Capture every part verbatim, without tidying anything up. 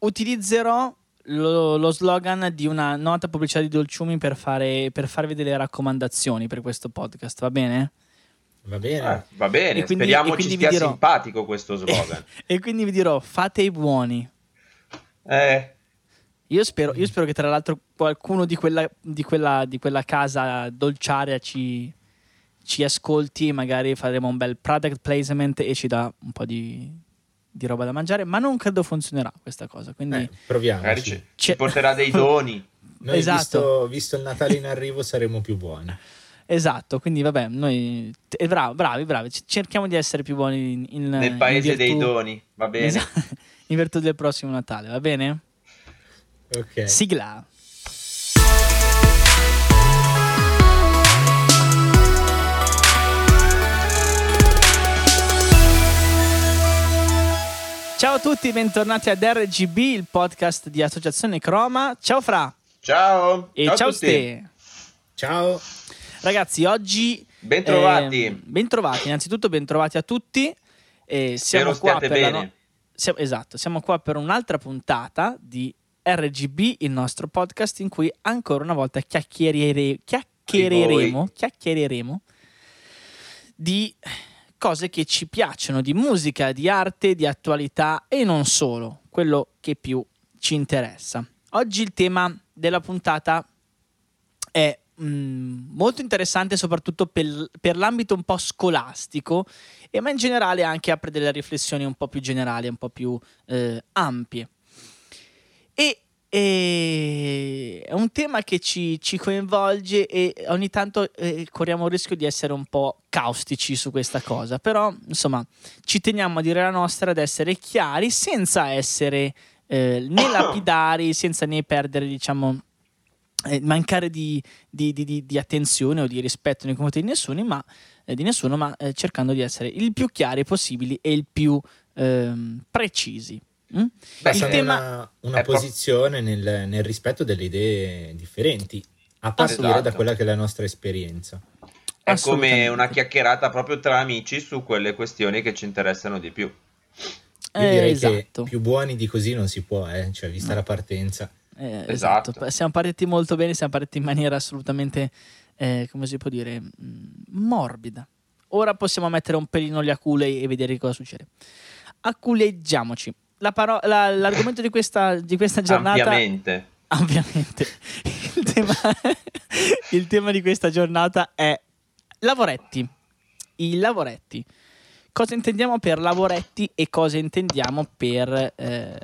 utilizzerò lo, lo slogan di una nota pubblicità di Dolciumi per, fare, per farvi delle raccomandazioni per questo podcast, va bene? Va bene, eh, va bene. E quindi- Speriamo e quindi ci vi stia dirò- simpatico questo slogan. E quindi vi dirò, fate i buoni. eh, Io spero, io spero che tra l'altro qualcuno di quella, di quella, di quella casa dolciaria ci, ci ascolti e magari faremo un bel product placement e ci dà un po' di, di roba da mangiare, ma non credo funzionerà questa cosa, quindi eh, proviamoci. magari ci, ci C'è- porterà dei doni. Noi, esatto. visto, visto il Natale in arrivo, saremo più buoni. esatto, quindi vabbè, noi eh, bravi, bravi, bravi, c- cerchiamo di essere più buoni in, in- Nel in paese dei virtù- doni, va bene. Esatto, in virtù del prossimo Natale, va bene? Ok. Sigla. Ciao a tutti, bentornati ad R G B, il podcast di Associazione Croma. Ciao Fra Ciao. e ciao, ciao, a tutti. Ste. Ciao. Ragazzi, oggi Bentrovati. ehm, bentrovati, innanzitutto bentrovati a tutti. Eh, siamo Spero qua stiate per la bene. no- siamo- esatto, siamo qua per un'altra puntata di R G B, il nostro podcast in cui ancora una volta chiacchierere- chiacchiereremo, chiacchiereremo di cose che ci piacciono, di musica, di arte, di attualità e non solo, quello che più ci interessa. Oggi il tema della puntata è mm, molto interessante soprattutto per, per l'ambito un po' scolastico, e ma in generale anche apre delle riflessioni un po' più generali, un po' più eh, ampie. E, e è un tema che ci, ci coinvolge e ogni tanto eh, corriamo il rischio di essere un po' caustici su questa cosa, però insomma ci teniamo a dire la nostra, ad essere chiari senza essere eh, né lapidari, senza né perdere, diciamo, eh, mancare di, di, di, di, di attenzione o di rispetto nei confronti di nessuno, ma, eh, di nessuno, ma eh, cercando di essere il più chiari possibili e il più ehm, precisi. Mm? Beh, il Siamo tema una, una è pro- posizione nel, nel rispetto delle idee differenti, a partire Esatto. da quella che è la nostra esperienza. È come assolutamente. una chiacchierata proprio tra amici su quelle questioni che ci interessano di più. Io Eh, direi esatto. che più buoni di così non si può, eh? Cioè, vista No. la partenza. Eh, Esatto. esatto. Siamo partiti molto bene, siamo partiti in maniera assolutamente, eh, come si può dire, mh, morbida. Ora possiamo mettere un pelino agli aculei e vedere cosa succede. Aculeggiamoci. La paro- la- l'argomento di questa, di questa giornata... Ampiamente. Ampiamente. Il tema, il tema di questa giornata è lavoretti. I lavoretti. Cosa intendiamo per lavoretti e cosa intendiamo per eh,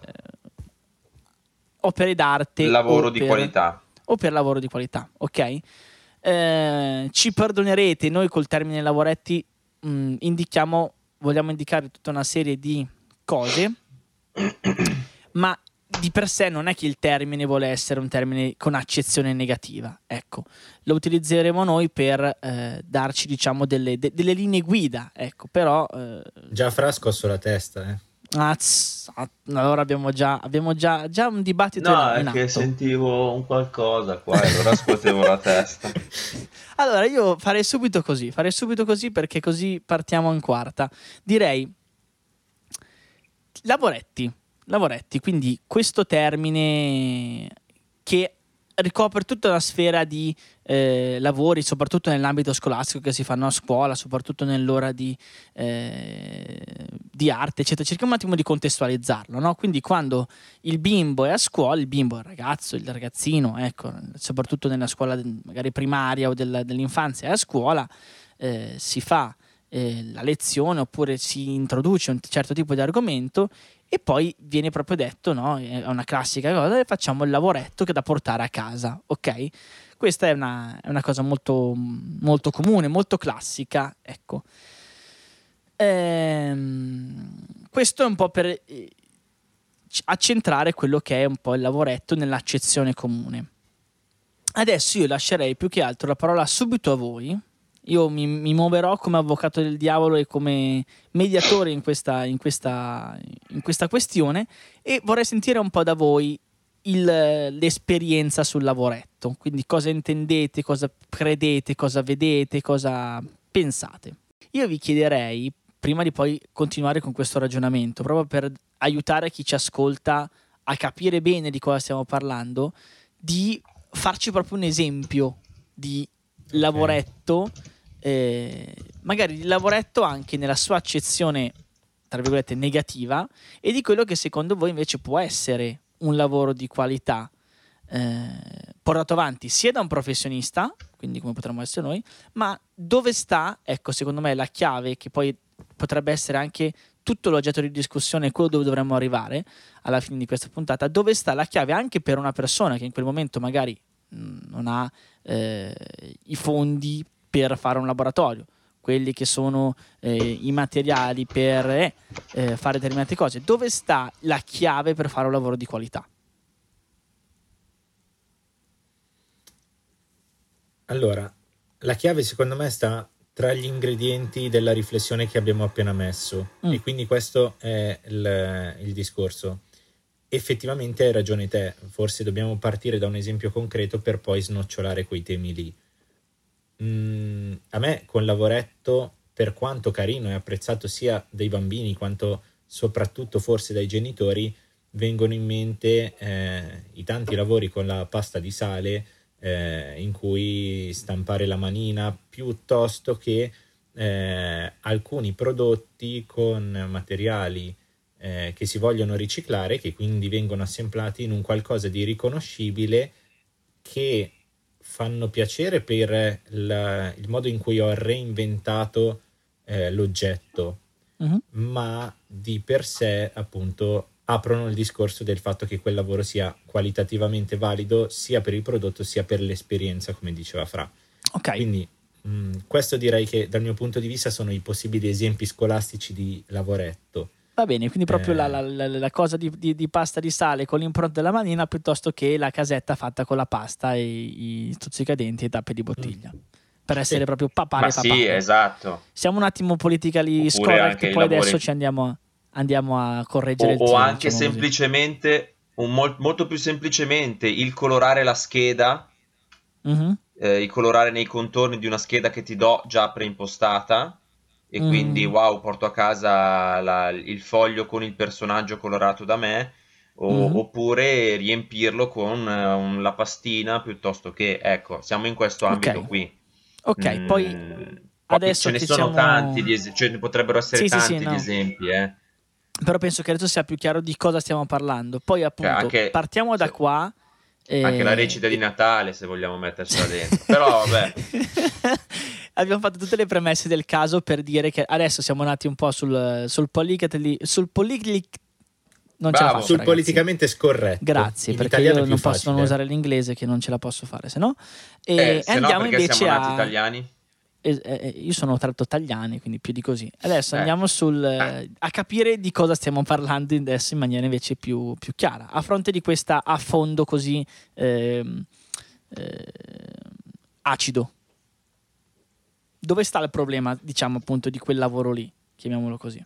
opere d'arte Lavoro o di per- qualità. o per lavoro di qualità, ok? Eh, ci perdonerete, noi col termine lavoretti mh, indichiamo, vogliamo indicare tutta una serie di cose, ma di per sé non è che il termine vuole essere un termine con accezione negativa, ecco, lo utilizzeremo noi per eh, darci, diciamo, delle, de- delle linee guida, ecco, però eh, Già Fra ha scosso la testa, eh. ah, tss, ah, allora abbiamo già, abbiamo già, già un dibattito No, in, in è che atto. sentivo un qualcosa qua e allora scuotevo la testa. Allora io farei subito così, farei subito così perché così partiamo in quarta. Direi lavoretti, lavoretti, quindi questo termine che ricopre tutta una sfera di eh, lavori, soprattutto nell'ambito scolastico che si fanno a scuola, soprattutto nell'ora di, eh, di arte, eccetera. Cerchiamo un attimo di contestualizzarlo, no? Quindi quando il bimbo è a scuola, il bimbo, il ragazzo, il ragazzino, ecco, soprattutto nella scuola magari primaria o del, dell'infanzia è a scuola, eh, si fa eh, la lezione oppure si introduce un certo tipo di argomento e poi viene proprio detto, no? È una classica cosa, e facciamo il lavoretto che è da portare a casa, ok? Questa è una, è una cosa molto, molto comune, molto classica, ecco. Ehm, questo è un po' per eh, accentrare quello che è un po' il lavoretto nell'accezione comune. Adesso io lascerei più che altro la parola subito a voi. Io mi, mi muoverò come avvocato del diavolo e come mediatore in questa, in questa, in questa questione, e vorrei sentire un po' da voi il, l'esperienza sul lavoretto. Quindi cosa intendete, cosa credete, cosa vedete, cosa pensate. Io vi chiederei, prima di poi continuare con questo ragionamento, proprio per aiutare chi ci ascolta a capire bene di cosa stiamo parlando, di farci proprio un esempio di lavoretto, eh, magari di lavoretto anche nella sua accezione tra virgolette negativa, e di quello che secondo voi invece può essere un lavoro di qualità, eh, portato avanti sia da un professionista, quindi come potremmo essere noi, ma dove sta, ecco, secondo me la chiave, che poi potrebbe essere anche tutto l'oggetto di discussione, quello dove dovremmo arrivare alla fine di questa puntata, dove sta la chiave anche per una persona che in quel momento magari mh, non ha eh, i fondi per fare un laboratorio, quelli che sono eh, i materiali per eh, eh, fare determinate cose. Dove sta la chiave per fare un lavoro di qualità? Allora, la chiave secondo me sta tra gli ingredienti della riflessione che abbiamo appena messo, mm. e quindi questo è il, il discorso. Effettivamente hai ragione te, forse dobbiamo partire da un esempio concreto per poi snocciolare quei temi lì. Mm, a me con lavoretto, per quanto carino e apprezzato sia dai bambini quanto soprattutto forse dai genitori, vengono in mente eh, i tanti lavori con la pasta di sale, eh, in cui stampare la manina, piuttosto che eh, alcuni prodotti con materiali eh, che si vogliono riciclare, che quindi vengono assemblati in un qualcosa di riconoscibile, che fanno piacere per la, il modo in cui ho reinventato eh, l'oggetto, uh-huh. ma di per sé appunto aprono il discorso del fatto che quel lavoro sia qualitativamente valido sia per il prodotto sia per l'esperienza, come diceva Fra. Okay. Quindi mh, questo direi che dal mio punto di vista sono i possibili esempi scolastici di lavoretto. Va bene, quindi proprio eh. la, la, la, la cosa di, di, di pasta di sale con l'impronta della manina, piuttosto che la casetta fatta con la pasta e i stuzzicadenti e tappe di bottiglia. Mm. Per essere sì. proprio papà e papà. Sì, esatto. Siamo un attimo politically correct, poi lavori... adesso ci andiamo, andiamo a correggere o, il tiro. O anche diciamo semplicemente, un mol, molto più semplicemente, il colorare la scheda, mm-hmm. eh, il colorare nei contorni di una scheda che ti do già preimpostata, e quindi mm. wow, porto a casa la, il foglio con il personaggio colorato da me, o, mm. oppure riempirlo con uh, la pastina, piuttosto che, ecco, siamo in questo ambito okay. qui. Ok, mm. poi adesso ce ne sono siamo... tanti, di es- cioè ne potrebbero essere sì, tanti sì, sì, di no. esempi, eh. Però penso che adesso sia più chiaro di cosa stiamo parlando. Poi appunto anche, partiamo da se, qua. Anche eh, la recita di Natale, se vogliamo mettercela dentro. Però vabbè. Abbiamo fatto tutte le premesse del caso per dire che adesso siamo nati un po' sul sul politically sul politically non ce la faccio, sul ragazzi. Politicamente scorretto. Grazie, in perché io non facile. posso non usare l'inglese, che non ce la posso fare, se no. E eh, se andiamo no, perché invece siamo nati a italiani. Eh, eh, io sono tratto tagliani, quindi più di così. Adesso eh. andiamo sul, eh, a capire di cosa stiamo parlando adesso in maniera invece più, più chiara. A fronte di questa a fondo così eh, eh, acido, dove sta il problema, diciamo appunto, di quel lavoro lì, chiamiamolo così?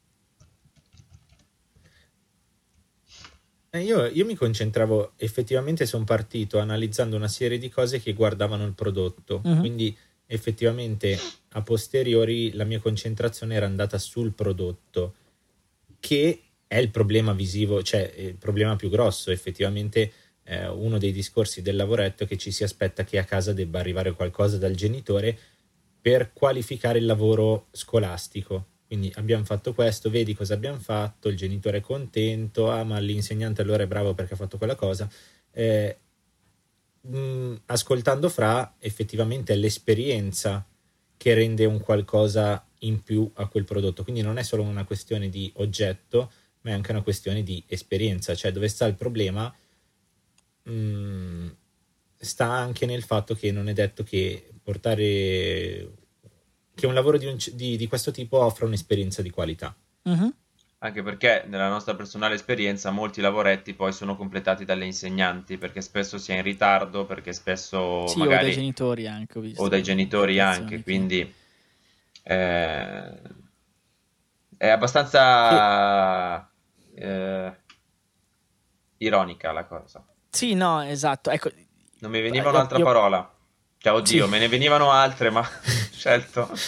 Eh, io, io mi concentravo, effettivamente sono partito analizzando una serie di cose che guardavano il prodotto, uh-huh. quindi effettivamente a posteriori la mia concentrazione era andata sul prodotto, che è il problema visivo, cioè il problema più grosso. Effettivamente eh, uno dei discorsi del lavoretto è che ci si aspetta che a casa debba arrivare qualcosa dal genitore per qualificare il lavoro scolastico. Quindi abbiamo fatto questo, vedi cosa abbiamo fatto, il genitore è contento, ah ma l'insegnante allora è bravo perché ha fatto quella cosa. Eh, mh, ascoltando Fra, effettivamente è l'esperienza che rende un qualcosa in più a quel prodotto, quindi non è solo una questione di oggetto, ma è anche una questione di esperienza. Cioè, dove sta il problema mh, sta anche nel fatto che non è detto che portare che un lavoro di, un, di, di questo tipo offra un'esperienza di qualità. Uh-huh. Anche perché nella nostra personale esperienza molti lavoretti poi sono completati dalle insegnanti, perché spesso si è in ritardo, perché spesso sì, magari o dai genitori anche, ho visto, o dai genitori anche, che... quindi eh, è abbastanza che... eh, ironica la cosa. Sì, no, esatto. Ecco, non mi veniva un'altra io... parola. Cioè, oddio, sì. me ne venivano altre, ma scelto.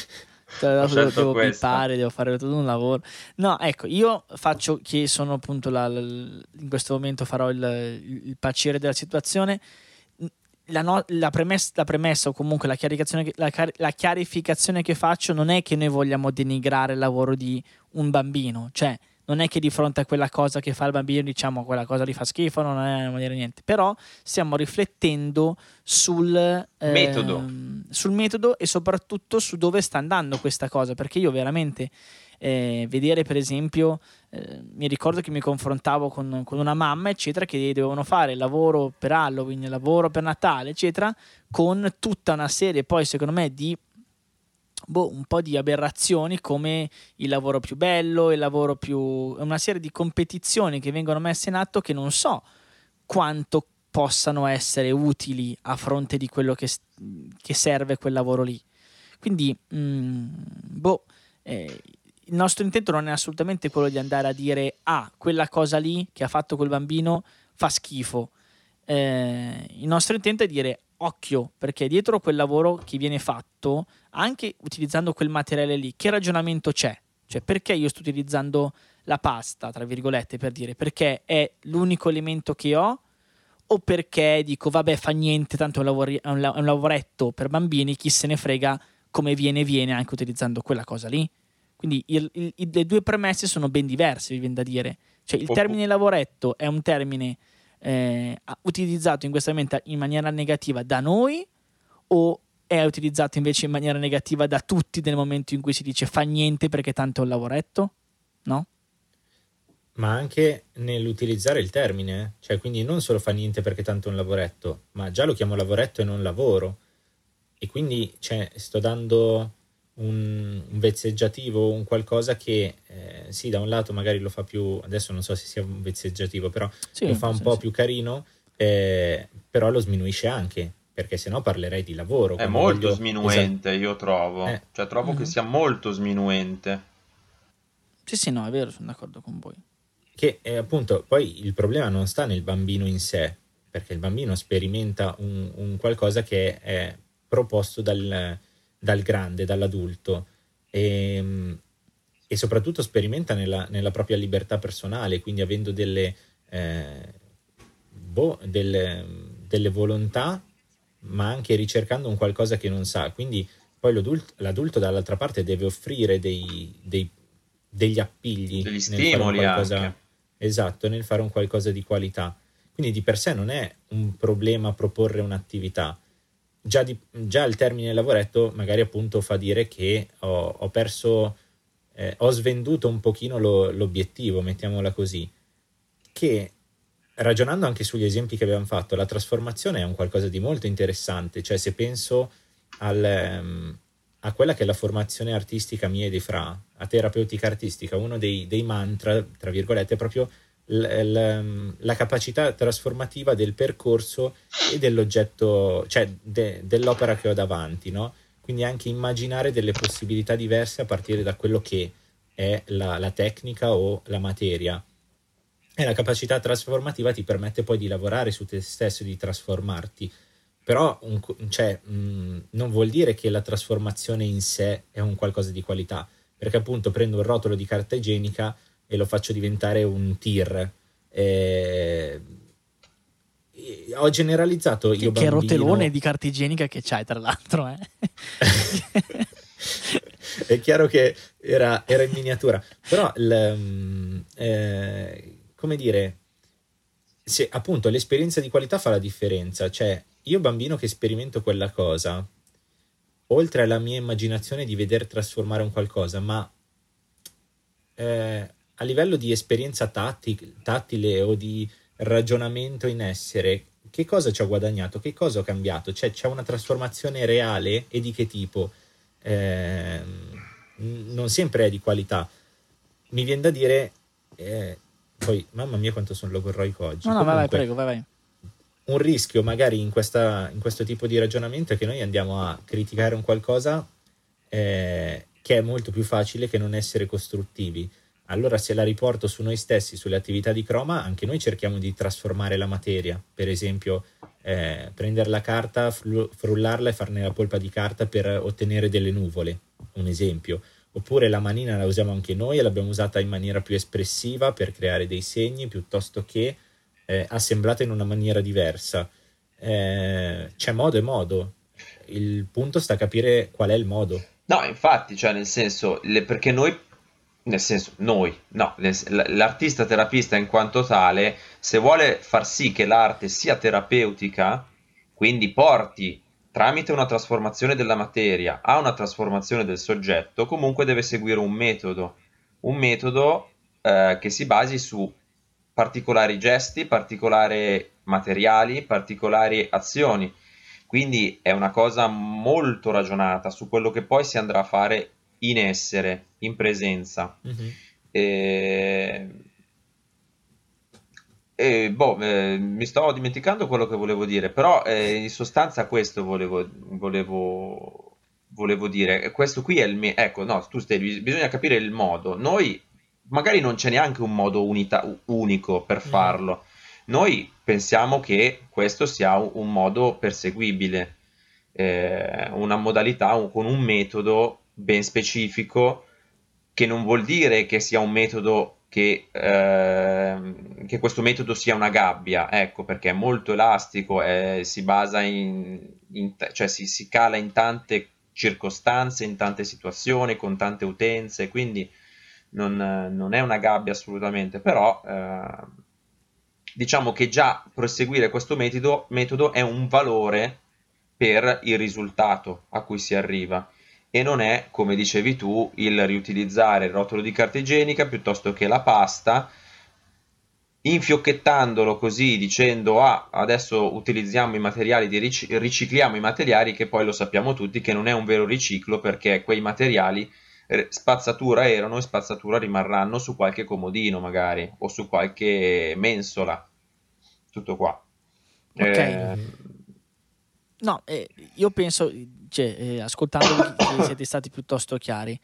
Cioè, devo, devo pippare, devo fare tutto un lavoro. No, ecco, io faccio che sono appunto la, la, in questo momento farò il, il piacere della situazione. La, no, la, premessa, la premessa o comunque la chiarificazione, la, la chiarificazione che faccio non è che noi vogliamo denigrare il lavoro di un bambino, cioè non è che di fronte a quella cosa che fa il bambino diciamo quella cosa gli fa schifo, non è non dire niente, però stiamo riflettendo sul eh, metodo. sul metodo e soprattutto su dove sta andando questa cosa, perché io veramente eh, vedere per esempio eh, mi ricordo che mi confrontavo con, con una mamma eccetera che dovevano fare il lavoro per Halloween, il lavoro per Natale eccetera, con tutta una serie poi secondo me di Boh, un po' di aberrazioni come il lavoro più bello, il lavoro più... una serie di competizioni che vengono messe in atto che non so quanto possano essere utili a fronte di quello che, che serve quel lavoro lì. Quindi, mh, boh, eh, il nostro intento non è assolutamente quello di andare a dire ah, quella cosa lì che ha fatto quel bambino fa schifo. Eh, il nostro intento è dire occhio, perché dietro quel lavoro che viene fatto, anche utilizzando quel materiale lì, che ragionamento c'è? Cioè, perché io sto utilizzando la pasta, tra virgolette, per dire, perché è l'unico elemento che ho, o perché dico, vabbè, fa niente, tanto è un, lavori- è un, la- è un lavoretto per bambini, chi se ne frega, come viene, viene, anche utilizzando quella cosa lì. Quindi il, il, il, le due premesse sono ben diverse, mi viene da dire. Cioè, il termine lavoretto è un termine Eh, utilizzato in questo momento in maniera negativa da noi o è utilizzato invece in maniera negativa da tutti nel momento in cui si dice fa niente perché tanto è un lavoretto? No? Ma anche nell'utilizzare il termine, cioè quindi non solo fa niente perché tanto è un lavoretto, ma già lo chiamo lavoretto e non lavoro, e quindi cioè, sto dando un, un vezzeggiativo, un qualcosa che eh, sì, da un lato magari lo fa più, adesso non so se sia un vezzeggiativo, però sì, lo fa un po' sì. più carino, eh, però lo sminuisce anche, perché sennò parlerei di lavoro. È molto voglio... sminuente, esatto. Io trovo, eh. cioè trovo mm-hmm. che sia molto sminuente. Sì, sì, no, è vero, sono d'accordo con voi. Che eh, appunto poi il problema non sta nel bambino in sé, perché il bambino sperimenta un, un qualcosa che è proposto dal dal grande, dall'adulto, e, e soprattutto sperimenta nella, nella propria libertà personale, quindi avendo delle, eh, boh, delle, delle volontà, ma anche ricercando un qualcosa che non sa. Quindi poi l'adulto, l'adulto dall'altra parte deve offrire dei, dei, degli appigli, degli stimoli nel fare un qualcosa, anche. Esatto, nel fare un qualcosa di qualità. Quindi di per sé non è un problema proporre un'attività. Già, di, già il termine lavoretto magari appunto fa dire che ho, ho perso, eh, ho svenduto un pochino lo, l'obiettivo, mettiamola così, che ragionando anche sugli esempi che abbiamo fatto, la trasformazione è un qualcosa di molto interessante, cioè se penso al, um, a quella che è la formazione artistica mia e di Fra, a terapeutica artistica, uno dei, dei mantra, tra virgolette, è proprio L, l, la capacità trasformativa del percorso e dell'oggetto, cioè de, dell'opera che ho davanti, no? Quindi anche immaginare delle possibilità diverse a partire da quello che è la, la tecnica o la materia, e la capacità trasformativa ti permette poi di lavorare su te stesso e di trasformarti. Però un, cioè, mh, non vuol dire che la trasformazione in sé è un qualcosa di qualità, perché appunto prendo un rotolo di carta igienica e lo faccio diventare un tir. Eh, ho generalizzato io che, che rotelone di carta igienica che c'hai, tra l'altro, eh? È chiaro che era, era in miniatura, però l, eh, come dire, se appunto l'esperienza di qualità fa la differenza. Cioè io bambino che sperimento quella cosa, oltre alla mia immaginazione di veder trasformare un qualcosa, ma eh, a livello di esperienza tatti, tattile o di ragionamento in essere, che cosa ci ho guadagnato? Che cosa ho cambiato? Cioè c'è una trasformazione reale, e di che tipo? Eh, non sempre è di qualità. Mi viene da dire eh, poi, mamma mia quanto sono logorroico oggi. No, no, Comunque, vai, vai, prego, vai, vai. Un rischio magari in, questa, in questo tipo di ragionamento è che noi andiamo a criticare un qualcosa eh, che è molto più facile che non essere costruttivi. Allora se la riporto su noi stessi, sulle attività di croma, anche noi cerchiamo di trasformare la materia. Per esempio eh, prendere la carta, frullarla e farne la polpa di carta per ottenere delle nuvole. un esempio. Oppure la manina la usiamo anche noi e l'abbiamo usata in maniera più espressiva per creare dei segni piuttosto che eh, assemblata in una maniera diversa. Eh, c'è modo e modo. Il punto sta a capire qual è il modo. No, infatti, cioè nel senso, le- perché noi, nel senso, noi, no, nel- l- l'artista terapista in quanto tale, se vuole far sì che l'arte sia terapeutica, quindi porti tramite una trasformazione della materia a una trasformazione del soggetto, comunque deve seguire un metodo, un metodo eh, che si basi su particolari gesti, particolari materiali, particolari azioni. Quindi è una cosa molto ragionata su quello che poi si andrà a fare in essere, in presenza. Mm-hmm. E... E, boh, eh, mi stavo dimenticando quello che volevo dire, però eh, in sostanza questo volevo, volevo, volevo dire. E questo qui è il mio... Ecco, no, tu stai, bisogna capire il modo. Noi, magari non c'è neanche un modo unita- unico per farlo. Noi pensiamo che questo sia un, un modo perseguibile, eh, una modalità un- con un metodo ben specifico, che non vuol dire che sia un metodo che, ehm, che questo metodo sia una gabbia, ecco, perché è molto elastico, eh, si basa in, in t- cioè si, si cala in tante circostanze, in tante situazioni, con tante utenze, quindi non, non è una gabbia assolutamente, però eh, diciamo che già proseguire questo metodo, metodo è un valore per il risultato a cui si arriva e non è, come dicevi tu, il riutilizzare il rotolo di carta igienica piuttosto che la pasta, infiocchettandolo così dicendo ah, adesso utilizziamo i materiali di ric- ricicliamo i materiali, che poi lo sappiamo tutti che non è un vero riciclo, perché quei materiali eh, spazzatura erano e spazzatura rimarranno su qualche comodino magari o su qualche mensola. Tutto qua. Ok. Eh, No, eh, io penso, cioè, eh, ascoltandovi, che siete stati piuttosto chiari.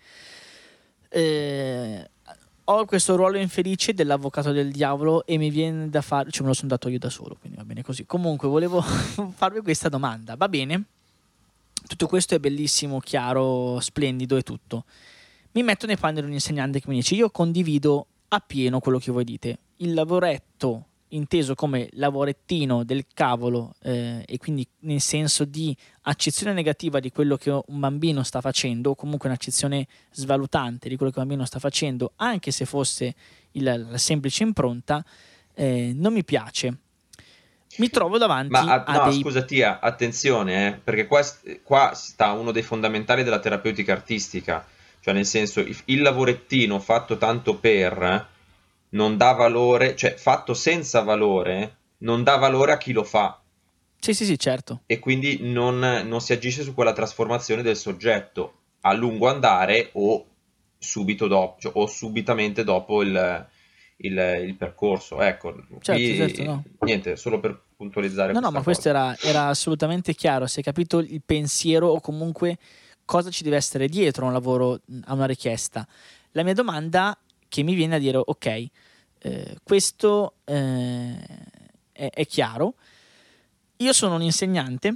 Eh, ho questo ruolo infelice dell'avvocato del diavolo e mi viene da fare, cioè me lo sono dato io da solo, quindi va bene così. Comunque volevo farvi questa domanda, va bene? Tutto questo è bellissimo, chiaro, splendido e tutto. Mi metto nei panni di un insegnante che mi dice: io condivido appieno quello che voi dite. Il lavoretto inteso come lavorettino del cavolo, eh, e quindi nel senso di accezione negativa di quello che un bambino sta facendo, o comunque un'accezione svalutante di quello che un bambino sta facendo, anche se fosse il, la semplice impronta, eh, non mi piace. Mi trovo davanti Ma a, a no, dei... scusa Tia, attenzione, eh, perché qua, qua sta uno dei fondamentali della terapeutica artistica, cioè nel senso il, il lavorettino fatto tanto per non dà valore, cioè fatto senza valore non dà valore a chi lo fa. Sì, sì, sì, certo. E quindi non, non si agisce su quella trasformazione del soggetto a lungo andare o subito dopo, cioè, o subitamente dopo il, il, il percorso. Ecco, Certo, certo, qui no. niente, solo per puntualizzare No, no, questa ma questo cosa. era, era assolutamente chiaro. Si è capito il pensiero o comunque cosa ci deve essere dietro a un lavoro, a una richiesta. La mia domanda che mi viene a dire: ok, eh, questo eh, è, è chiaro. Io sono un insegnante,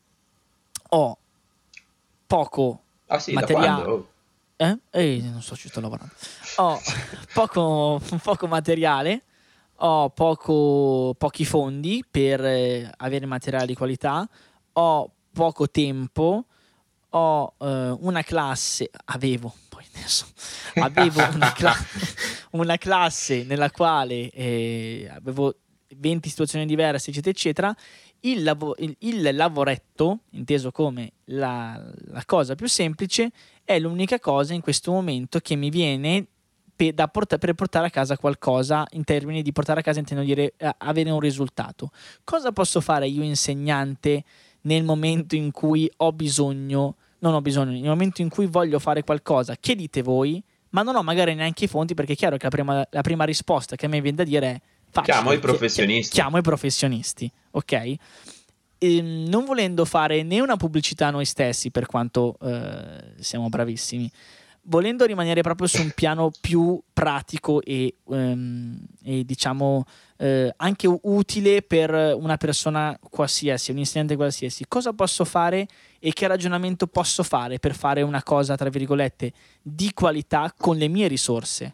ho poco Ah sì, da quando? materiale. Oh. Eh? Eh, non so, ci sto lavorando. Ho poco, poco materiale, ho poco, pochi fondi per eh, avere materiale di qualità, ho poco tempo, ho eh, una classe, avevo, poi adesso, avevo una, cla- una classe nella quale eh, avevo venti situazioni diverse, eccetera, eccetera. Il, lavo- il, il lavoretto, inteso come la, la cosa più semplice, è l'unica cosa in questo momento che mi viene per, da porta- per portare a casa qualcosa. In termini di portare a casa intendo dire eh, avere un risultato. Cosa posso fare io insegnante nel momento in cui ho bisogno, non ho bisogno, nel momento in cui voglio fare qualcosa che dite voi, ma non ho magari neanche i fondi, perché è chiaro che la prima, la prima risposta che a me viene da dire è facile, Chiamo i chi- chi- professionisti. chiamo i professionisti, ok? E non volendo fare né una pubblicità noi stessi, per quanto eh, siamo bravissimi, volendo rimanere proprio su un piano più pratico e, um, e diciamo eh, anche utile per una persona qualsiasi, un insegnante qualsiasi, cosa posso fare e che ragionamento posso fare per fare una cosa, tra virgolette, di qualità con le mie risorse?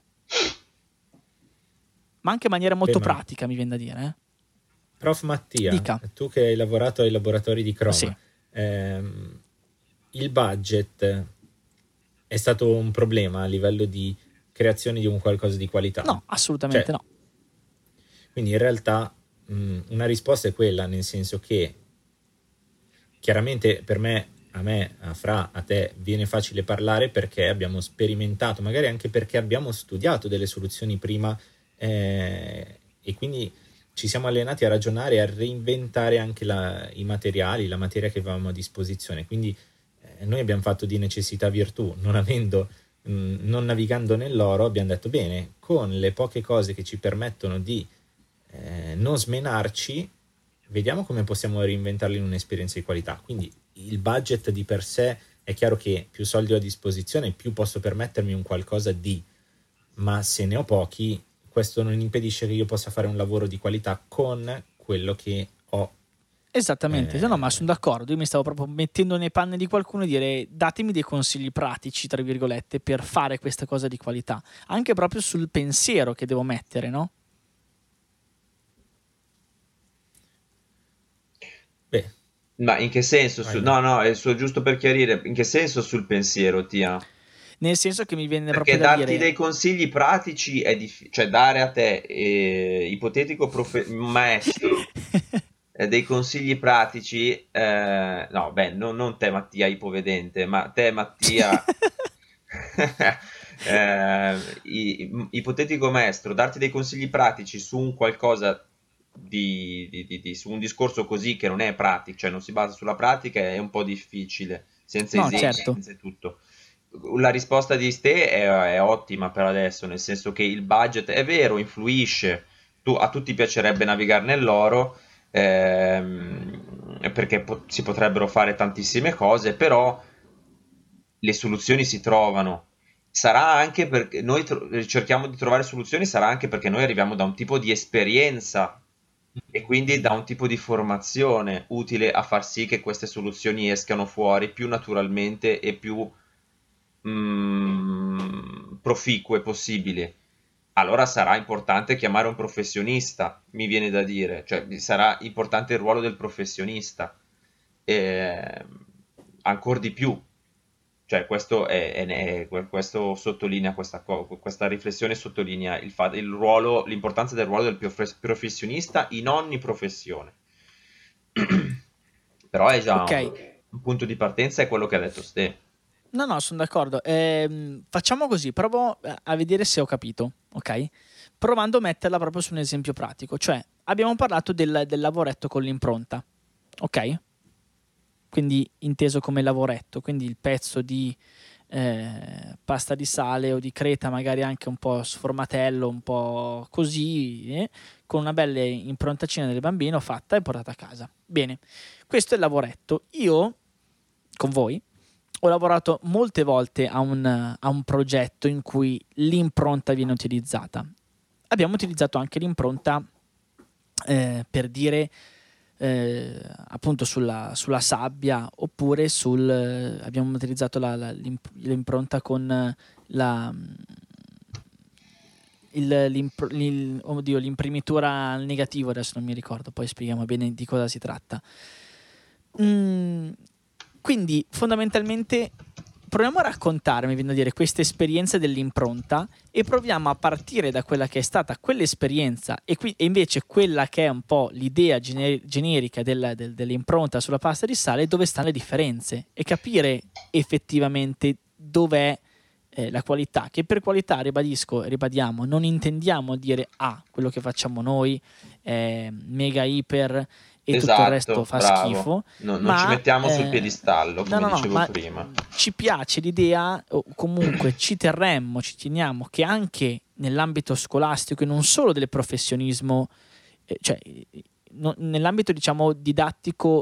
Ma anche in maniera molto Beh, ma... pratica, mi viene da dire. Eh? Prof Mattia, Dica. Tu che hai lavorato ai laboratori di Croma, sì. ehm, il budget è stato un problema a livello di creazione di un qualcosa di qualità? No, assolutamente cioè, no. Quindi in realtà mh, una risposta è quella, nel senso che chiaramente per me, a me, a Fra, a te viene facile parlare perché abbiamo sperimentato, magari anche perché abbiamo studiato delle soluzioni prima eh, e quindi ci siamo allenati a ragionare e a reinventare anche la, i materiali, la materia che avevamo a disposizione. Quindi eh, noi abbiamo fatto di necessità virtù, non avendo, mh, non navigando nell'oro, abbiamo detto bene, con le poche cose che ci permettono di eh, non smenarci, vediamo come possiamo reinventarli in un'esperienza di qualità. Quindi il budget di per sé è chiaro che più soldi ho a disposizione, più posso permettermi un qualcosa di, ma se ne ho pochi, questo non impedisce che io possa fare un lavoro di qualità con quello che ho. Esattamente, Eh... no, ma sono d'accordo. Io mi stavo proprio mettendo nei panni di qualcuno e dire datemi dei consigli pratici, tra virgolette, per fare questa cosa di qualità, anche proprio sul pensiero che devo mettere, no? Beh, ma in che senso? Su... No, no, è su... giusto per chiarire, in che senso sul pensiero, Tia? Nel senso che mi viene Perché proprio da darti dire... dei consigli pratici è difficile, cioè dare a te, eh, ipotetico profe- maestro, eh, dei consigli pratici, eh, no, beh, non, non te Mattia ipovedente, ma te Mattia, eh, i- ipotetico maestro, darti dei consigli pratici su un qualcosa di, di- di- di- su un discorso così che non è pratico, cioè non si basa sulla pratica, è un po' difficile, senza No, esempi, certo. senza tutto. La risposta di Ste è, è ottima per adesso, nel senso che il budget è vero, influisce. Tu, a tutti piacerebbe navigare nell'oro ehm, perché po- si potrebbero fare tantissime cose, però le soluzioni si trovano. Sarà anche perché noi tro- cerchiamo di trovare soluzioni, sarà anche perché noi arriviamo da un tipo di esperienza e quindi da un tipo di formazione utile a far sì che queste soluzioni escano fuori più naturalmente e più mm, proficue possibili. Allora sarà importante chiamare un professionista, mi viene da dire, cioè sarà importante il ruolo del professionista, eh, ancora di più. Cioè, questo, è, è- è- questo sottolinea questa, co- questa riflessione sottolinea il, fa- il ruolo, l'importanza del ruolo del profe- professionista in ogni professione. Però è già un, Ok, un punto di partenza, è quello che ha detto Ste. no, no, sono d'accordo. Ehm, facciamo così, provo a vedere se ho capito, ok? Provando a metterla proprio su un esempio pratico. Cioè, abbiamo parlato del, del lavoretto con l'impronta, ok? Quindi inteso come lavoretto, quindi il pezzo di eh, pasta di sale o di creta, magari anche un po' sformatello, un po' così, eh, con una bella improntatina del bambino fatta e portata a casa. Bene, questo è il lavoretto. Io, con voi, ho lavorato molte volte a un, a un progetto in cui l'impronta viene utilizzata. Abbiamo utilizzato anche l'impronta eh, per dire eh, appunto sulla, sulla sabbia, oppure sul eh, abbiamo utilizzato la, la, l'imp- l'impronta con la il, l'impr- l'il- oddio, l'imprimitura al negativo, adesso non mi ricordo, poi spieghiamo bene di cosa si tratta. Mm, quindi fondamentalmente proviamo a raccontare, mi viene a dire, questa esperienza dell'impronta e proviamo a partire da quella che è stata quell'esperienza e, qui, e invece quella che è un po' l'idea gener- generica del, del, dell'impronta sulla pasta di sale, dove stanno le differenze e capire effettivamente dov'è eh, la qualità, che per qualità, ribadisco, ribadiamo, non intendiamo dire ah, quello che facciamo noi è mega iper e Esatto, tutto il resto fa bravo. schifo, No, non ma ci mettiamo eh, sul piedistallo, come no, no, no, dicevo ma prima. ci piace l'idea, o comunque ci terremmo, ci teniamo che anche nell'ambito scolastico e non solo del professionismo, eh, cioè no, nell'ambito diciamo didattico eh,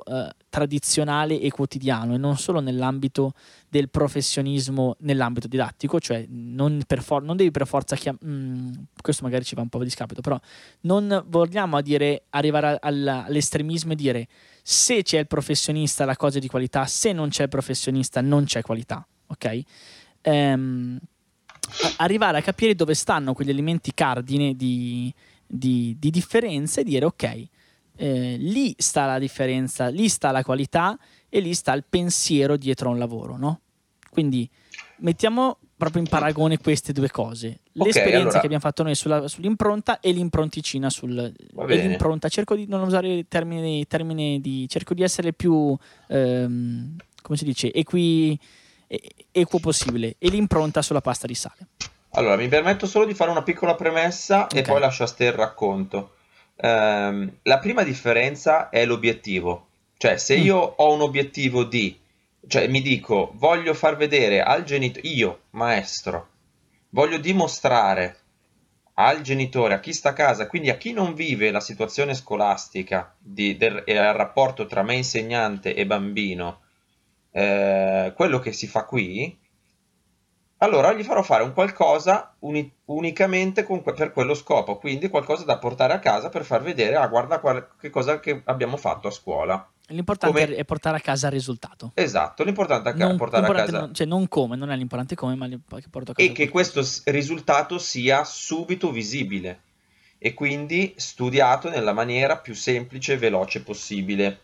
tradizionale e quotidiano, e non solo nell'ambito del professionismo, nell'ambito didattico, cioè non, per for- non devi per forza chiam- mm, questo magari ci va un po' a discapito, però non vogliamo a dire arrivare all- all'estremismo e dire se c'è il professionista la cosa è di qualità, se non c'è il professionista non c'è qualità, ok? Ehm, a- arrivare a capire dove stanno quegli elementi cardine di, di, di differenza e dire ok, Eh, lì sta la differenza, lì sta la qualità e lì sta il pensiero dietro a un lavoro, no? Quindi mettiamo proprio in paragone queste due cose, l'esperienza okay, allora... che abbiamo fatto noi sulla, sull'impronta e l'impronticina sul, e l'impronta. Cerco di non usare termini, termini di cerco di essere più ehm, come si dice equi, equo possibile, e l'impronta sulla pasta di sale. Allora mi permetto solo di fare una piccola premessa, okay, e poi lascio a te il racconto. Um, la prima differenza è l'obiettivo, cioè se io mm. ho un obiettivo di, cioè mi dico voglio far vedere al genitore, io maestro voglio dimostrare al genitore, a chi sta a casa, quindi a chi non vive la situazione scolastica di, del, e il rapporto tra me insegnante e bambino, eh, quello che si fa qui, allora gli farò fare un qualcosa uni- unicamente con que- per quello scopo, quindi qualcosa da portare a casa per far vedere, ah guarda qual- che cosa che abbiamo fatto a scuola. L'importante Come... è portare a casa il risultato. Esatto, l'importante è non, portare a casa... Non, cioè non come, non è l'importante come, ma che porto a casa e che questo risultato sia subito visibile e quindi studiato nella maniera più semplice e veloce possibile,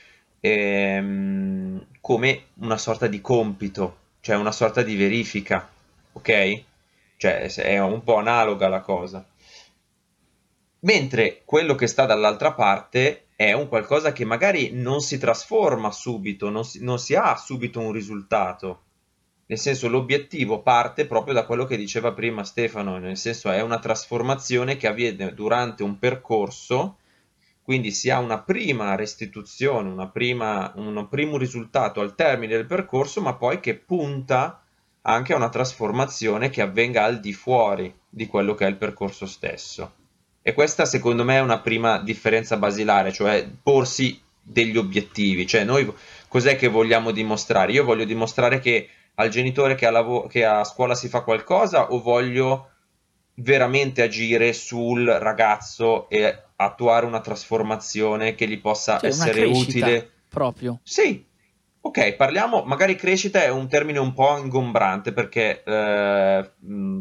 ehm, come una sorta di compito, cioè una sorta di verifica, ok? Cioè è un po' analoga la cosa. Mentre quello che sta dall'altra parte è un qualcosa che magari non si trasforma subito, non si, non si ha subito un risultato. Nel senso, l'obiettivo parte proprio da quello che diceva prima Stefano, nel senso è una trasformazione che avviene durante un percorso, quindi si ha una prima restituzione, una prima, un primo risultato al termine del percorso, ma poi che punta anche a una trasformazione che avvenga al di fuori di quello che è il percorso stesso. E questa secondo me è una prima differenza basilare, cioè porsi degli obiettivi, cioè noi cos'è che vogliamo dimostrare? Io voglio dimostrare che al genitore che a, lav- che a scuola si fa qualcosa, o voglio veramente agire sul ragazzo e attuare una trasformazione che gli possa sì, essere utile? Proprio. Sì, ok, parliamo, magari crescita è un termine un po' ingombrante perché eh, mh,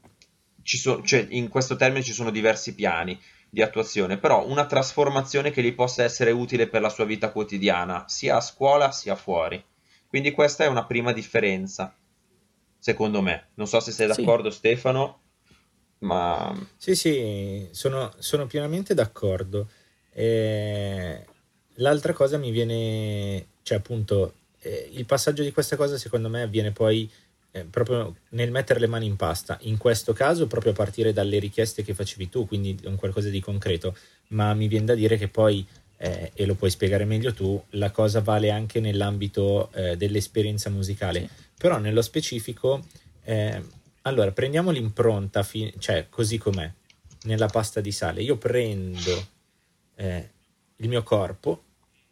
ci so, cioè, in questo termine ci sono diversi piani di attuazione, però una trasformazione che gli possa essere utile per la sua vita quotidiana, sia a scuola sia fuori. Quindi questa è una prima differenza, secondo me. Non so se sei d'accordo, sì. Stefano, ma... Sì, sì, sono, sono pienamente d'accordo. Eh, l'altra cosa mi viene, cioè appunto, eh, il passaggio di questa cosa secondo me avviene poi eh, proprio nel mettere le mani in pasta. In questo caso proprio a partire dalle richieste che facevi tu, quindi un qualcosa di concreto, ma mi viene da dire che poi... Eh, e lo puoi spiegare meglio tu, la cosa vale anche nell'ambito eh, dell'esperienza musicale, sì. Però nello specifico eh, allora prendiamo l'impronta fi- cioè così com'è nella pasta di sale, io prendo eh, il mio corpo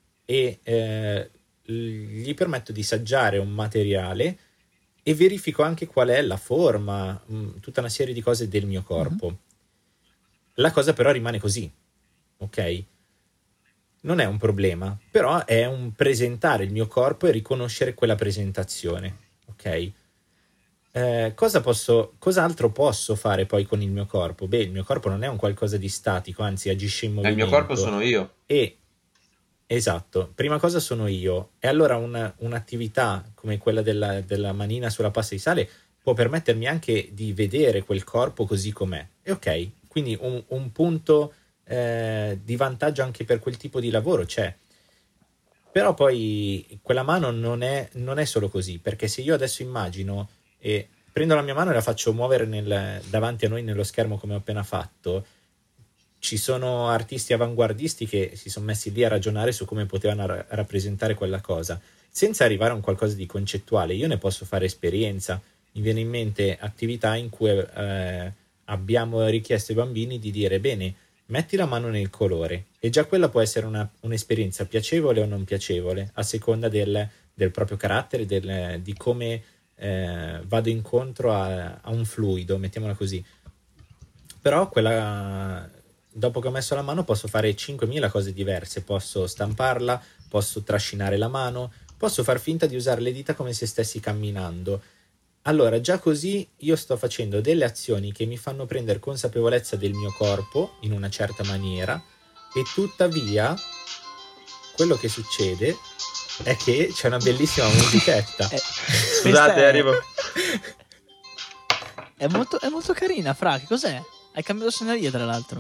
e eh, gli permetto di saggiare un materiale e verifico anche qual è la forma, mh, tutta una serie di cose del mio corpo. Uh-huh. La cosa però rimane così, ok? Non è un problema, però è un presentare il mio corpo e riconoscere quella presentazione, ok? Eh, cosa posso, cos'altro posso fare poi con il mio corpo? Beh, il mio corpo non è un qualcosa di statico, anzi agisce in movimento. Il mio corpo sono io. E, esatto, prima cosa sono io. E allora una, un'attività come quella della, della manina sulla pasta di sale può permettermi anche di vedere quel corpo così com'è. E ok, quindi un, un punto... Eh, di vantaggio anche per quel tipo di lavoro c'è, però poi quella mano non è, non è solo così, perché se io adesso immagino e prendo la mia mano e la faccio muovere nel, davanti a noi nello schermo come ho appena fatto, ci sono artisti avanguardisti che si sono messi lì a ragionare su come potevano ra- rappresentare quella cosa senza arrivare a un qualcosa di concettuale. Io ne posso fare esperienza, mi viene in mente attività in cui eh, abbiamo richiesto ai bambini di dire bene, metti la mano nel colore e già quella può essere una, un'esperienza piacevole o non piacevole a seconda del, del proprio carattere, del, di come eh, vado incontro a, a un fluido, mettiamola così. Però quella, dopo che ho messo la mano posso fare cinquemila cose diverse, posso stamparla, posso trascinare la mano, posso far finta di usare le dita come se stessi camminando. Allora già così io sto facendo delle azioni che mi fanno prendere consapevolezza del mio corpo in una certa maniera, e tuttavia quello che succede è che c'è una bellissima musichetta. Eh, Scusate, è... arrivo. È molto, è molto carina, Fra, che cos'è? Hai cambiato suoneria, tra l'altro.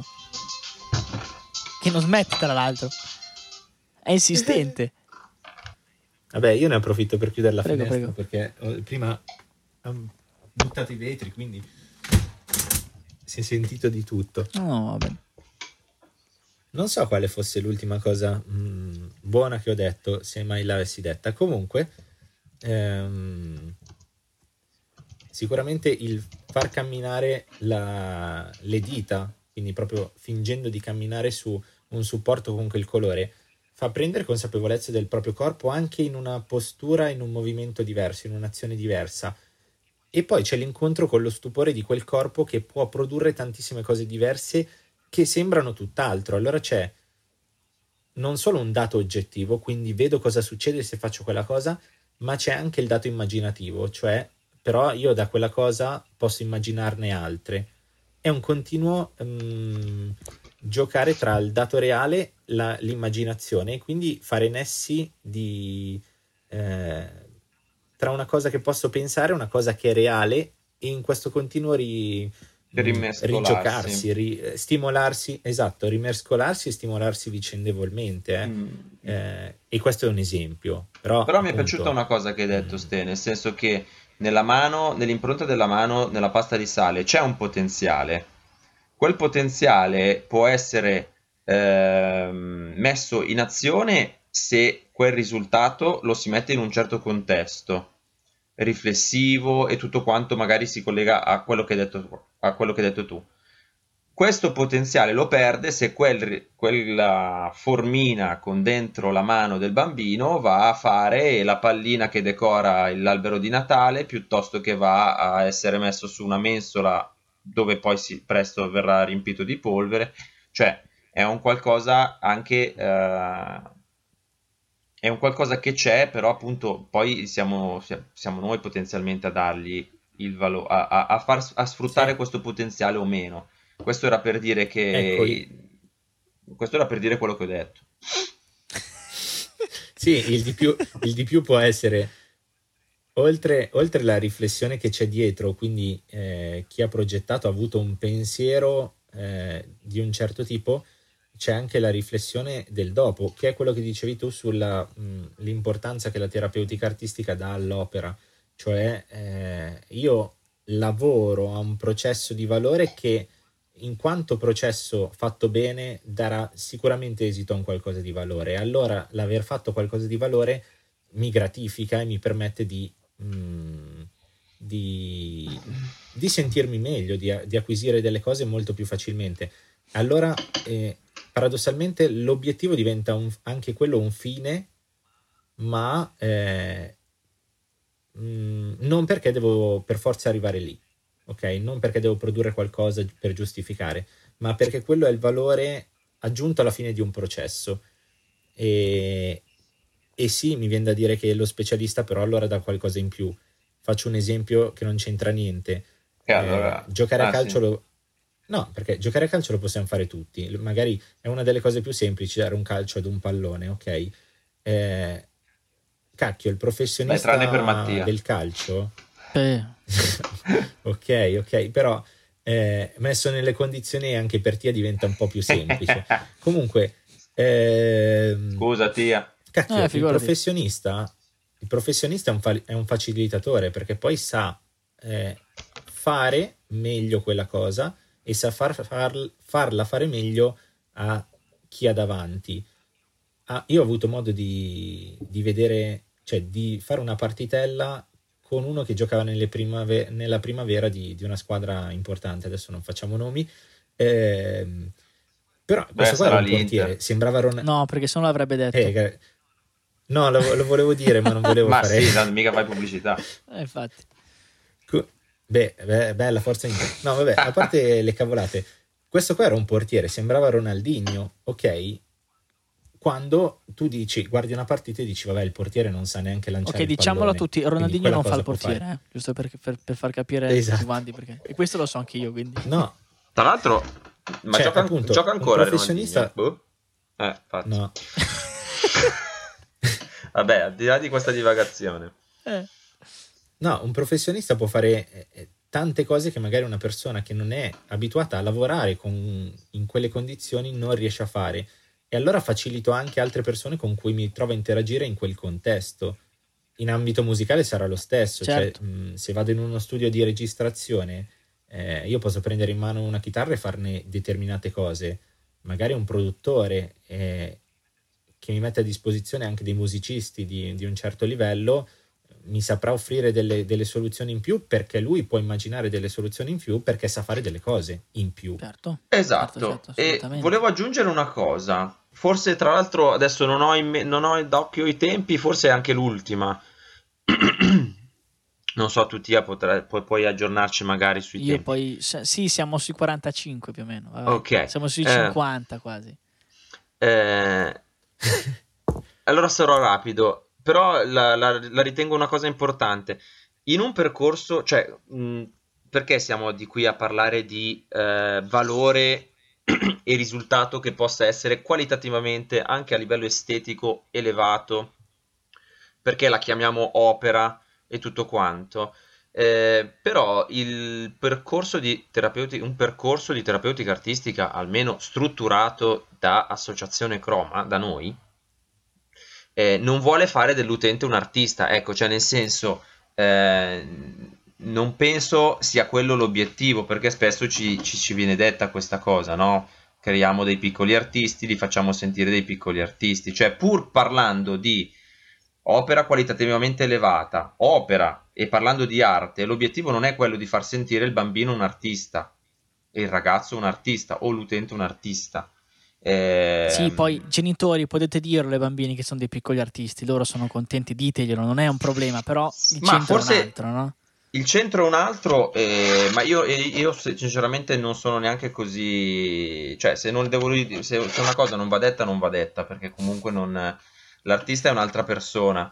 Che non smette, tra l'altro. È insistente. Vabbè, io ne approfitto per chiudere la Prego, finestra, prego. perché prima ho buttato i vetri, quindi si è sentito di tutto. No, vabbè. Non so quale fosse l'ultima cosa mh, buona che ho detto, se mai l'avessi detta. Comunque, ehm, sicuramente il far camminare la, le dita, quindi proprio fingendo di camminare su un supporto con quel colore, fa prendere consapevolezza del proprio corpo anche in una postura, in un movimento diverso, in un'azione diversa. E poi c'è l'incontro con lo stupore di quel corpo che può produrre tantissime cose diverse che sembrano tutt'altro. Allora c'è non solo un dato oggettivo, quindi vedo cosa succede se faccio quella cosa, ma c'è anche il dato immaginativo, cioè però io da quella cosa posso immaginarne altre. È un continuo um, giocare tra il dato reale, la, l'immaginazione, e quindi fare nessi di eh, tra una cosa che posso pensare e una cosa che è reale, e in questo continuo ri, rigiocarsi, ri, stimolarsi, esatto, rimescolarsi e stimolarsi vicendevolmente. Eh. Mm. Eh, e questo è un esempio. Però, però appunto, mi è piaciuta una cosa che hai detto, mm. Ste, nel senso che nella mano, nell'impronta della mano, nella pasta di sale c'è un potenziale. Quel potenziale può essere eh, messo in azione se quel risultato lo si mette in un certo contesto riflessivo e tutto quanto magari si collega a quello che hai detto, a quello che hai detto tu. Questo potenziale lo perde se quel, quella formina con dentro la mano del bambino va a fare la pallina che decora l'albero di Natale, piuttosto che va a essere messo su una mensola dove poi si, presto verrà riempito di polvere. Cioè è un qualcosa anche eh, è un qualcosa che c'è, però appunto poi siamo, siamo noi potenzialmente a dargli il valore, a, a, a, far, a sfruttare sì. questo potenziale o meno. Questo era per dire che ecco. Questo era per dire quello che ho detto. Sì, il di più, il di più può essere oltre, oltre la riflessione che c'è dietro, quindi eh, chi ha progettato ha avuto un pensiero eh, di un certo tipo, c'è anche la riflessione del dopo, che è quello che dicevi tu sulla mh, l'importanza che la terapeutica artistica dà all'opera. Cioè eh, io lavoro a un processo di valore che, in quanto processo fatto bene, darà sicuramente esito a un qualcosa di valore. Allora l'aver fatto qualcosa di valore mi gratifica e mi permette di, mh, di, di sentirmi meglio, di, di acquisire delle cose molto più facilmente. Allora eh, paradossalmente l'obiettivo diventa un, anche quello un fine, ma eh, mh, non perché devo per forza arrivare lì. Ok, non perché devo produrre qualcosa per giustificare, ma perché quello è il valore aggiunto alla fine di un processo. E, e sì, mi viene da dire che lo specialista però allora dà qualcosa in più. Faccio un esempio che non c'entra niente. Eh, allora... eh, giocare ah, a calcio sì. lo... No, perché giocare a calcio lo possiamo fare tutti. Magari è una delle cose più semplici dare un calcio ad un pallone, ok? Eh, cacchio, il professionista Beh, tranne per Mattia. del calcio... Eh. ok, ok, però eh, messo nelle condizioni anche per Tia diventa un po' più semplice. Comunque, ehm, scusa Tia. Cacchio, eh, il professionista, il professionista è un, fa- è un facilitatore, perché poi sa eh, fare meglio quella cosa e sa far, far, farla fare meglio a chi ha davanti. Ah, io ho avuto modo di, di vedere, cioè di fare una partitella con uno che giocava nelle primave- nella primavera di, di una squadra importante, adesso non facciamo nomi, ehm, Però questo qua era un portiere, sembrava Ron... No, perché se no l'avrebbe detto. Eh, no, lo, lo volevo dire, ma non volevo ma fare... sì, no, mica fai pubblicità. Eh, infatti. Beh, beh, bella forza in... No, vabbè, a parte le cavolate, questo qua era un portiere, sembrava Ronaldinho, ok? Quando tu dici, guardi una partita e dici, vabbè, il portiere non sa neanche lanciare ok, il diciamolo a pallone, tutti, Ronaldinho non fa il portiere, eh? Giusto per, per, per far capire esatto. tutti quanti, perché... e questo lo so anche io, quindi. No. Tra l'altro, ma cioè, gioca, appunto, gioca ancora un professionista... Boh. Eh, infatti. No. Vabbè, al di là di questa divagazione. Eh. No, un professionista può fare eh, tante cose che magari una persona che non è abituata a lavorare con, in quelle condizioni non riesce a fare. E allora facilito anche altre persone con cui mi trovo a interagire in quel contesto. In ambito musicale sarà lo stesso, certo. Cioè mh, se vado in uno studio di registrazione eh, io posso prendere in mano una chitarra e farne determinate cose. Magari un produttore eh, che mi mette a disposizione anche dei musicisti di, di un certo livello mi saprà offrire delle, delle soluzioni in più, perché lui può immaginare delle soluzioni in più, perché sa fare delle cose in più. Certo. Esatto. Certo, certo, e volevo aggiungere una cosa, forse tra l'altro adesso non ho, in me- non ho d'occhio i tempi, forse è anche l'ultima. Non so, tu Tia potrai, pu- puoi aggiornarci magari sui Io tempi. poi, sì, siamo sui quarantacinque più o meno. Vabbè. Ok. Siamo sui Eh, cinquanta quasi. eh, allora sarò rapido, però la, la- la ritengo una cosa importante. In un percorso, cioè, mh, perché siamo di qui a parlare di eh, valore e risultato che possa essere qualitativamente, anche a livello estetico, elevato? Perché la chiamiamo opera e tutto quanto? Eh, però il percorso di terapeuti- un percorso di terapeutica artistica, almeno strutturato da Associazione Croma, da noi, eh, non vuole fare dell'utente un artista, ecco, cioè nel senso, eh, non penso sia quello l'obiettivo, perché spesso ci, ci- ci viene detta questa cosa, no? Creiamo dei piccoli artisti, li facciamo sentire dei piccoli artisti, cioè pur parlando di opera qualitativamente elevata, opera e parlando di arte, l'obiettivo non è quello di far sentire il bambino un artista, e il ragazzo un artista, o l'utente un artista. Eh, Sì, poi genitori, potete dirlo ai bambini che sono dei piccoli artisti, loro sono contenti, diteglielo, non è un problema, però il ma centro forse è un altro, no? il centro è un altro, eh, ma io, io sinceramente non sono neanche così, cioè se non devo se, se una cosa non va detta non va detta, perché comunque non, l'artista è un'altra persona,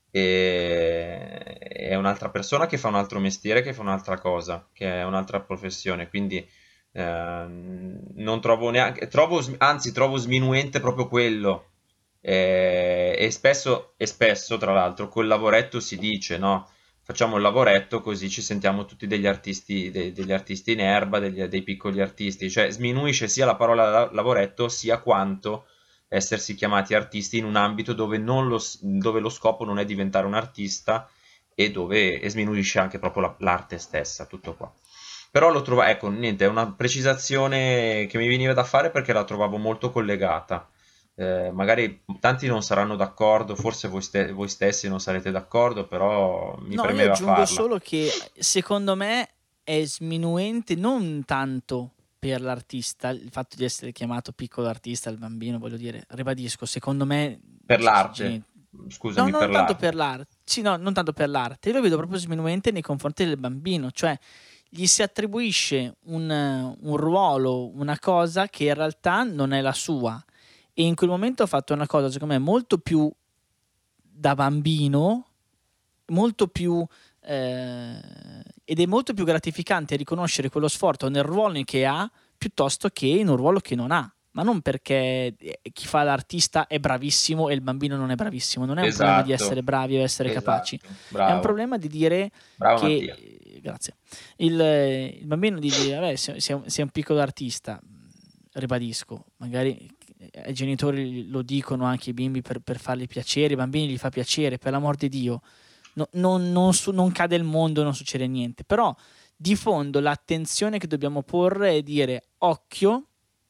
e, è un'altra persona che fa un altro mestiere, che fa un'altra cosa, che è un'altra professione, quindi eh, non trovo neanche, trovo, anzi trovo sminuente proprio quello. Eh, e spesso, e spesso tra l'altro col lavoretto si dice, no? Facciamo il lavoretto così ci sentiamo tutti degli artisti, de- degli artisti in erba, degli- dei piccoli artisti, cioè sminuisce sia la parola la- lavoretto sia quanto essersi chiamati artisti in un ambito dove, non lo, s- dove lo scopo non è diventare un artista, e dove e sminuisce anche proprio la- l'arte stessa, tutto qua. Però lo trovo, ecco, niente, è una precisazione che mi veniva da fare perché la trovavo molto collegata. Eh, magari tanti non saranno d'accordo, forse voi, ste- voi stessi non sarete d'accordo, però mi No, io premeva aggiungo farla. solo che secondo me è sminuente non tanto per l'artista, il fatto di essere chiamato piccolo artista, il bambino, voglio dire, ribadisco, secondo me... Per c- l'arte, c- scusami, No, per non tanto l'arte. per l'arte, sì, no, non tanto per l'arte, io lo vedo proprio sminuente nei confronti del bambino, cioè gli si attribuisce un, un ruolo, una cosa che in realtà non è la sua, e in quel momento ha fatto una cosa secondo me molto più da bambino, molto più eh, ed è molto più gratificante riconoscere quello sforzo nel ruolo che ha piuttosto che in un ruolo che non ha, ma non perché chi fa l'artista è bravissimo e il bambino non è bravissimo, non è un Esatto, problema di essere bravi o essere esatto, capaci, bravo. è un problema di dire Bravo che Mattia. eh, grazie il, il bambino di dire vabbè, sei, sei, un, sei un piccolo artista, ribadisco, magari ai genitori lo dicono anche i bimbi per, per fargli piacere, i bambini gli fa piacere, per l'amor di Dio, no, non, non, su, non cade il mondo, non succede niente, però di fondo l'attenzione che dobbiamo porre è dire occhio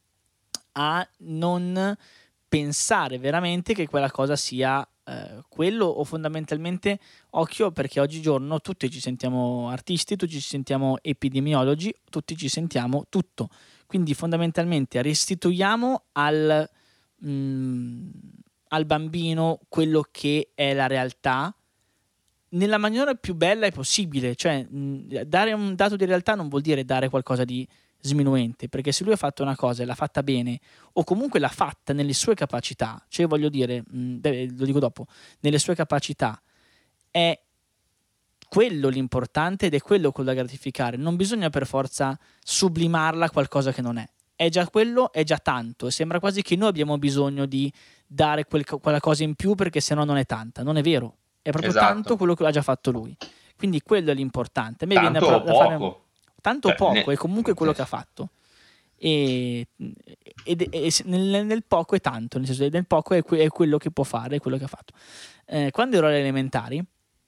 a non pensare veramente che quella cosa sia eh, quello, o fondamentalmente occhio perché oggigiorno tutti ci sentiamo artisti, tutti ci sentiamo epidemiologi, tutti ci sentiamo tutto. Quindi fondamentalmente restituiamo al, mh, al bambino quello che è la realtà nella maniera più bella possibile. Cioè, mh, dare un dato di realtà non vuol dire dare qualcosa di sminuente, perché se lui ha fatto una cosa e l'ha fatta bene, o comunque l'ha fatta nelle sue capacità, cioè voglio dire, mh, lo dico dopo, nelle sue capacità, è quello l'importante ed è quello quello da gratificare. Non bisogna per forza sublimarla a qualcosa che non è. È già quello, è già tanto, e sembra quasi che noi abbiamo bisogno di dare quel, quella cosa in più perché sennò non è tanta. Non è vero, è proprio Esatto. tanto quello che ha già fatto lui. Quindi quello è l'importante. A me Tanto viene o da, da fare poco. tanto Cioè, o poco, ne- è comunque quello che ha fatto. E, ed- e nel, nel poco è tanto, nel senso, nel poco è, que- è quello che può fare, è quello che ha fatto. Eh, quando ero alle elementari,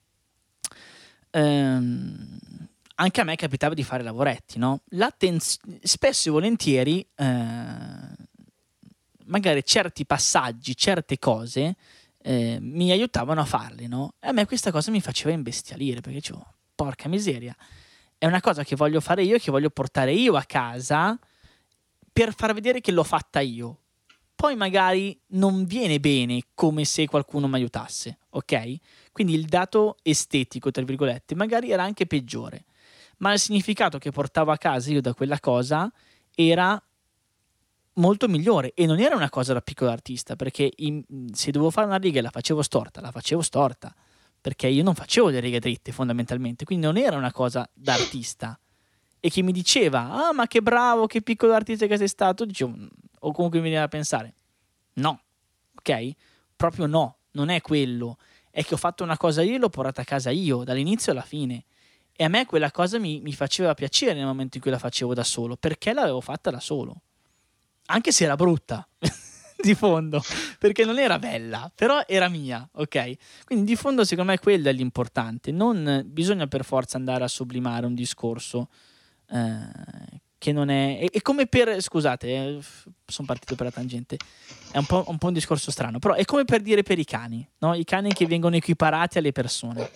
ehm, anche a me capitava di fare lavoretti, no? L'attenz- spesso e volentieri, eh, magari certi passaggi, certe cose eh, mi aiutavano a farli, no? E a me questa cosa mi faceva imbestialire, perché dicevo, porca miseria, è una cosa che voglio fare io, che voglio portare io a casa per far vedere che l'ho fatta io. Poi magari non viene bene come se qualcuno mi aiutasse, ok? Quindi il dato estetico, tra virgolette, magari era anche peggiore, ma il significato che portavo a casa io da quella cosa era molto migliore, e non era una cosa da piccolo artista, perché in, se dovevo fare una riga e la facevo storta, la facevo storta, perché io non facevo le righe dritte fondamentalmente, quindi non era una cosa da artista. E chi mi diceva, ah ma che bravo, che piccolo artista che sei stato, dicevo, o comunque mi veniva a pensare, no, ok? Proprio no, non è quello, è che ho fatto una cosa io e l'ho portata a casa io, dall'inizio alla fine, e a me quella cosa mi, mi faceva piacere nel momento in cui la facevo da solo, perché l'avevo fatta da solo, anche se era brutta, di fondo, perché non era bella, però era mia, ok? Quindi di fondo secondo me quello è l'importante, non bisogna per forza andare a sublimare un discorso eh, che non è... È, è come per... Scusate, eh, sono partito per la tangente, è un po', un po' un discorso strano, però è come per dire per i cani, no? I cani che vengono equiparati alle persone.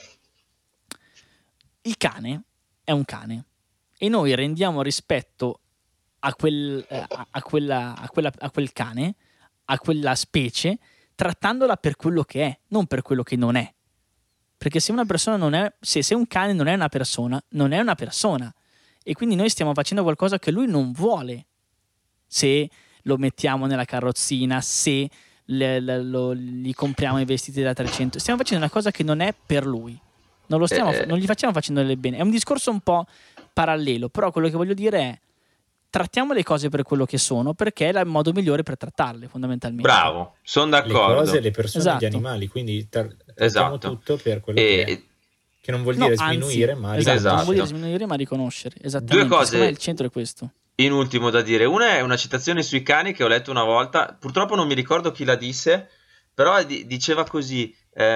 Il cane è un cane e noi rendiamo rispetto a quel, eh, a, a, quella, a, quella, a quel cane, a quella specie, trattandola per quello che è, non per quello che non è. Perché se una persona non è, se, se un cane non è una persona, non è una persona. E quindi noi stiamo facendo qualcosa che lui non vuole. Se lo mettiamo nella carrozzina, se le, le, lo, gli compriamo i vestiti da trecento, stiamo facendo una cosa che non è per lui. Non, lo stiamo, eh. non gli facciamo facendo del bene. È un discorso un po' parallelo, però quello che voglio dire è: trattiamo le cose per quello che sono, perché è il modo migliore per trattarle, fondamentalmente. Bravo, sono d'accordo. Le cose, le persone, esatto. Gli animali, quindi tar- esatto. tutto per quello e... che è. Che non vuol dire no, sminuire, anzi, ma esatto, riconoscere. Non vuol dire sminuire, ma riconoscere. Esattamente. Due cose. Secondo me il centro è questo. In ultimo da dire, una è una citazione sui cani che ho letto una volta, purtroppo non mi ricordo chi la disse, però d- diceva così,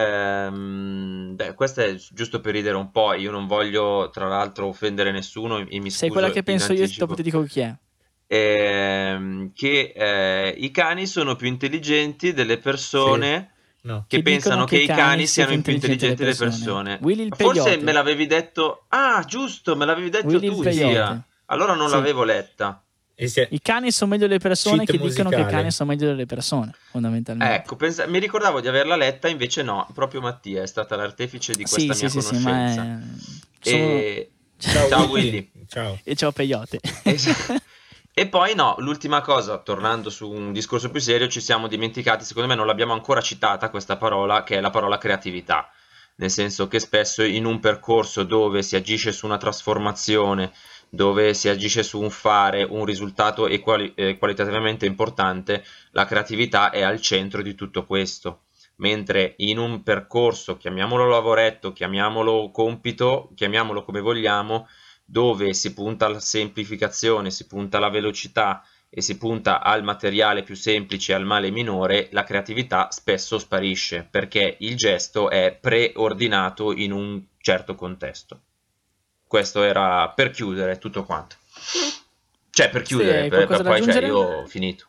ehm, beh, questa è giusto per ridere un po', io non voglio tra l'altro offendere nessuno e mi scuso. Sei quella che penso io, dopo ti dico chi è. Ehm, che eh, i cani sono più intelligenti delle persone... Sì. No. Che, che pensano che, che i cani, cani siano più intelligenti delle persone. persone. Forse me l'avevi detto. Ah, giusto, me l'avevi detto Willy tu. Sia. Allora non sì. l'avevo letta. I cani sono meglio delle persone che musicale. Dicono che i cani sono meglio delle persone, fondamentalmente. Ecco, pensa- mi ricordavo di averla letta, invece no, proprio Mattia è stata l'artefice di questa sì, mia sì, conoscenza. Sì, sì, e... sono... Ciao, ciao Willy. Ciao. E ciao Peyote. Esatto. E poi no, l'ultima cosa, tornando su un discorso più serio, ci siamo dimenticati, secondo me non l'abbiamo ancora citata questa parola, che è la parola creatività, nel senso che spesso in un percorso dove si agisce su una trasformazione, dove si agisce su un fare, un risultato e quali- eh, qualitativamente importante, la creatività è al centro di tutto questo, mentre in un percorso, chiamiamolo lavoretto, chiamiamolo compito, chiamiamolo come vogliamo, dove si punta alla semplificazione, si punta alla velocità e si punta al materiale più semplice e al male minore, la creatività spesso sparisce perché il gesto è preordinato in un certo contesto. Questo era per chiudere tutto quanto. Cioè per chiudere, sì, per, per poi cioè, io ho finito.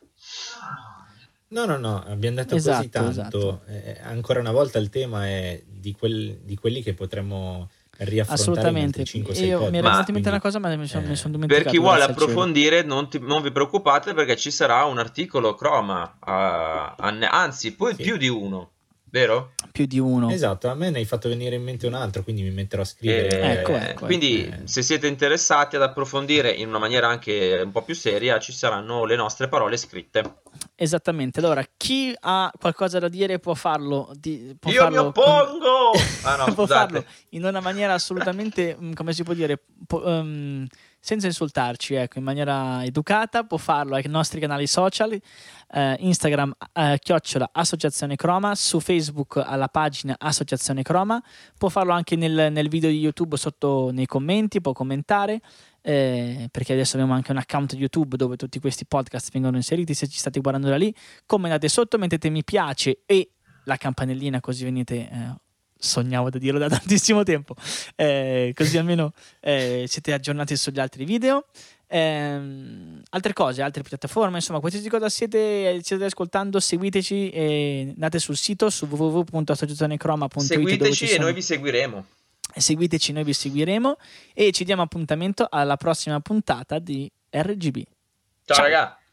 No, no, no, abbiamo detto esatto, così tanto. Esatto. Eh, ancora una volta il tema è di, quel, di quelli che potremmo riaffrontare assolutamente. cinque sei Io podcast. mi era venuta in mente Quindi, una cosa, ma mi sono, eh, mi sono dimenticato. Per chi vuole grazie al cielo. approfondire, non, ti- non vi preoccupate perché ci sarà un articolo Croma, a- a- anzi, poi sì. più di uno, vero? Più di uno. Esatto, a me ne hai fatto venire in mente un altro, quindi mi metterò a scrivere. Eh, Ecco, ecco, quindi eh. se siete interessati ad approfondire in una maniera anche un po' più seria, ci saranno le nostre parole scritte. Esattamente. Allora, chi ha qualcosa da dire può farlo. Di, può Io farlo mi oppongo! con... Ah no, può scusate. farlo in una maniera assolutamente, mm, come si può dire, po- um, senza insultarci, ecco, in maniera educata. Può farlo ai nostri canali social, eh, Instagram eh, chiocciola Associazione Croma, su Facebook alla pagina Associazione Croma. Può farlo anche nel, nel video di YouTube sotto nei commenti, può commentare. Eh, perché adesso abbiamo anche un account YouTube dove tutti questi podcast vengono inseriti. Se ci state guardando da lì, commentate sotto, mettete mi piace e la campanellina, così venite, eh, sognavo di dirlo da tantissimo tempo, eh, così almeno eh, siete aggiornati sugli altri video. Eh, altre cose, altre piattaforme, insomma, qualsiasi cosa siete, siete ascoltando, seguiteci e andate sul sito su w w w punto associazionecroma punto it. Seguiteci e noi vi seguiremo. Seguiteci, noi vi seguiremo e ci diamo appuntamento alla prossima puntata di R G B. Ciao, Ciao. raga!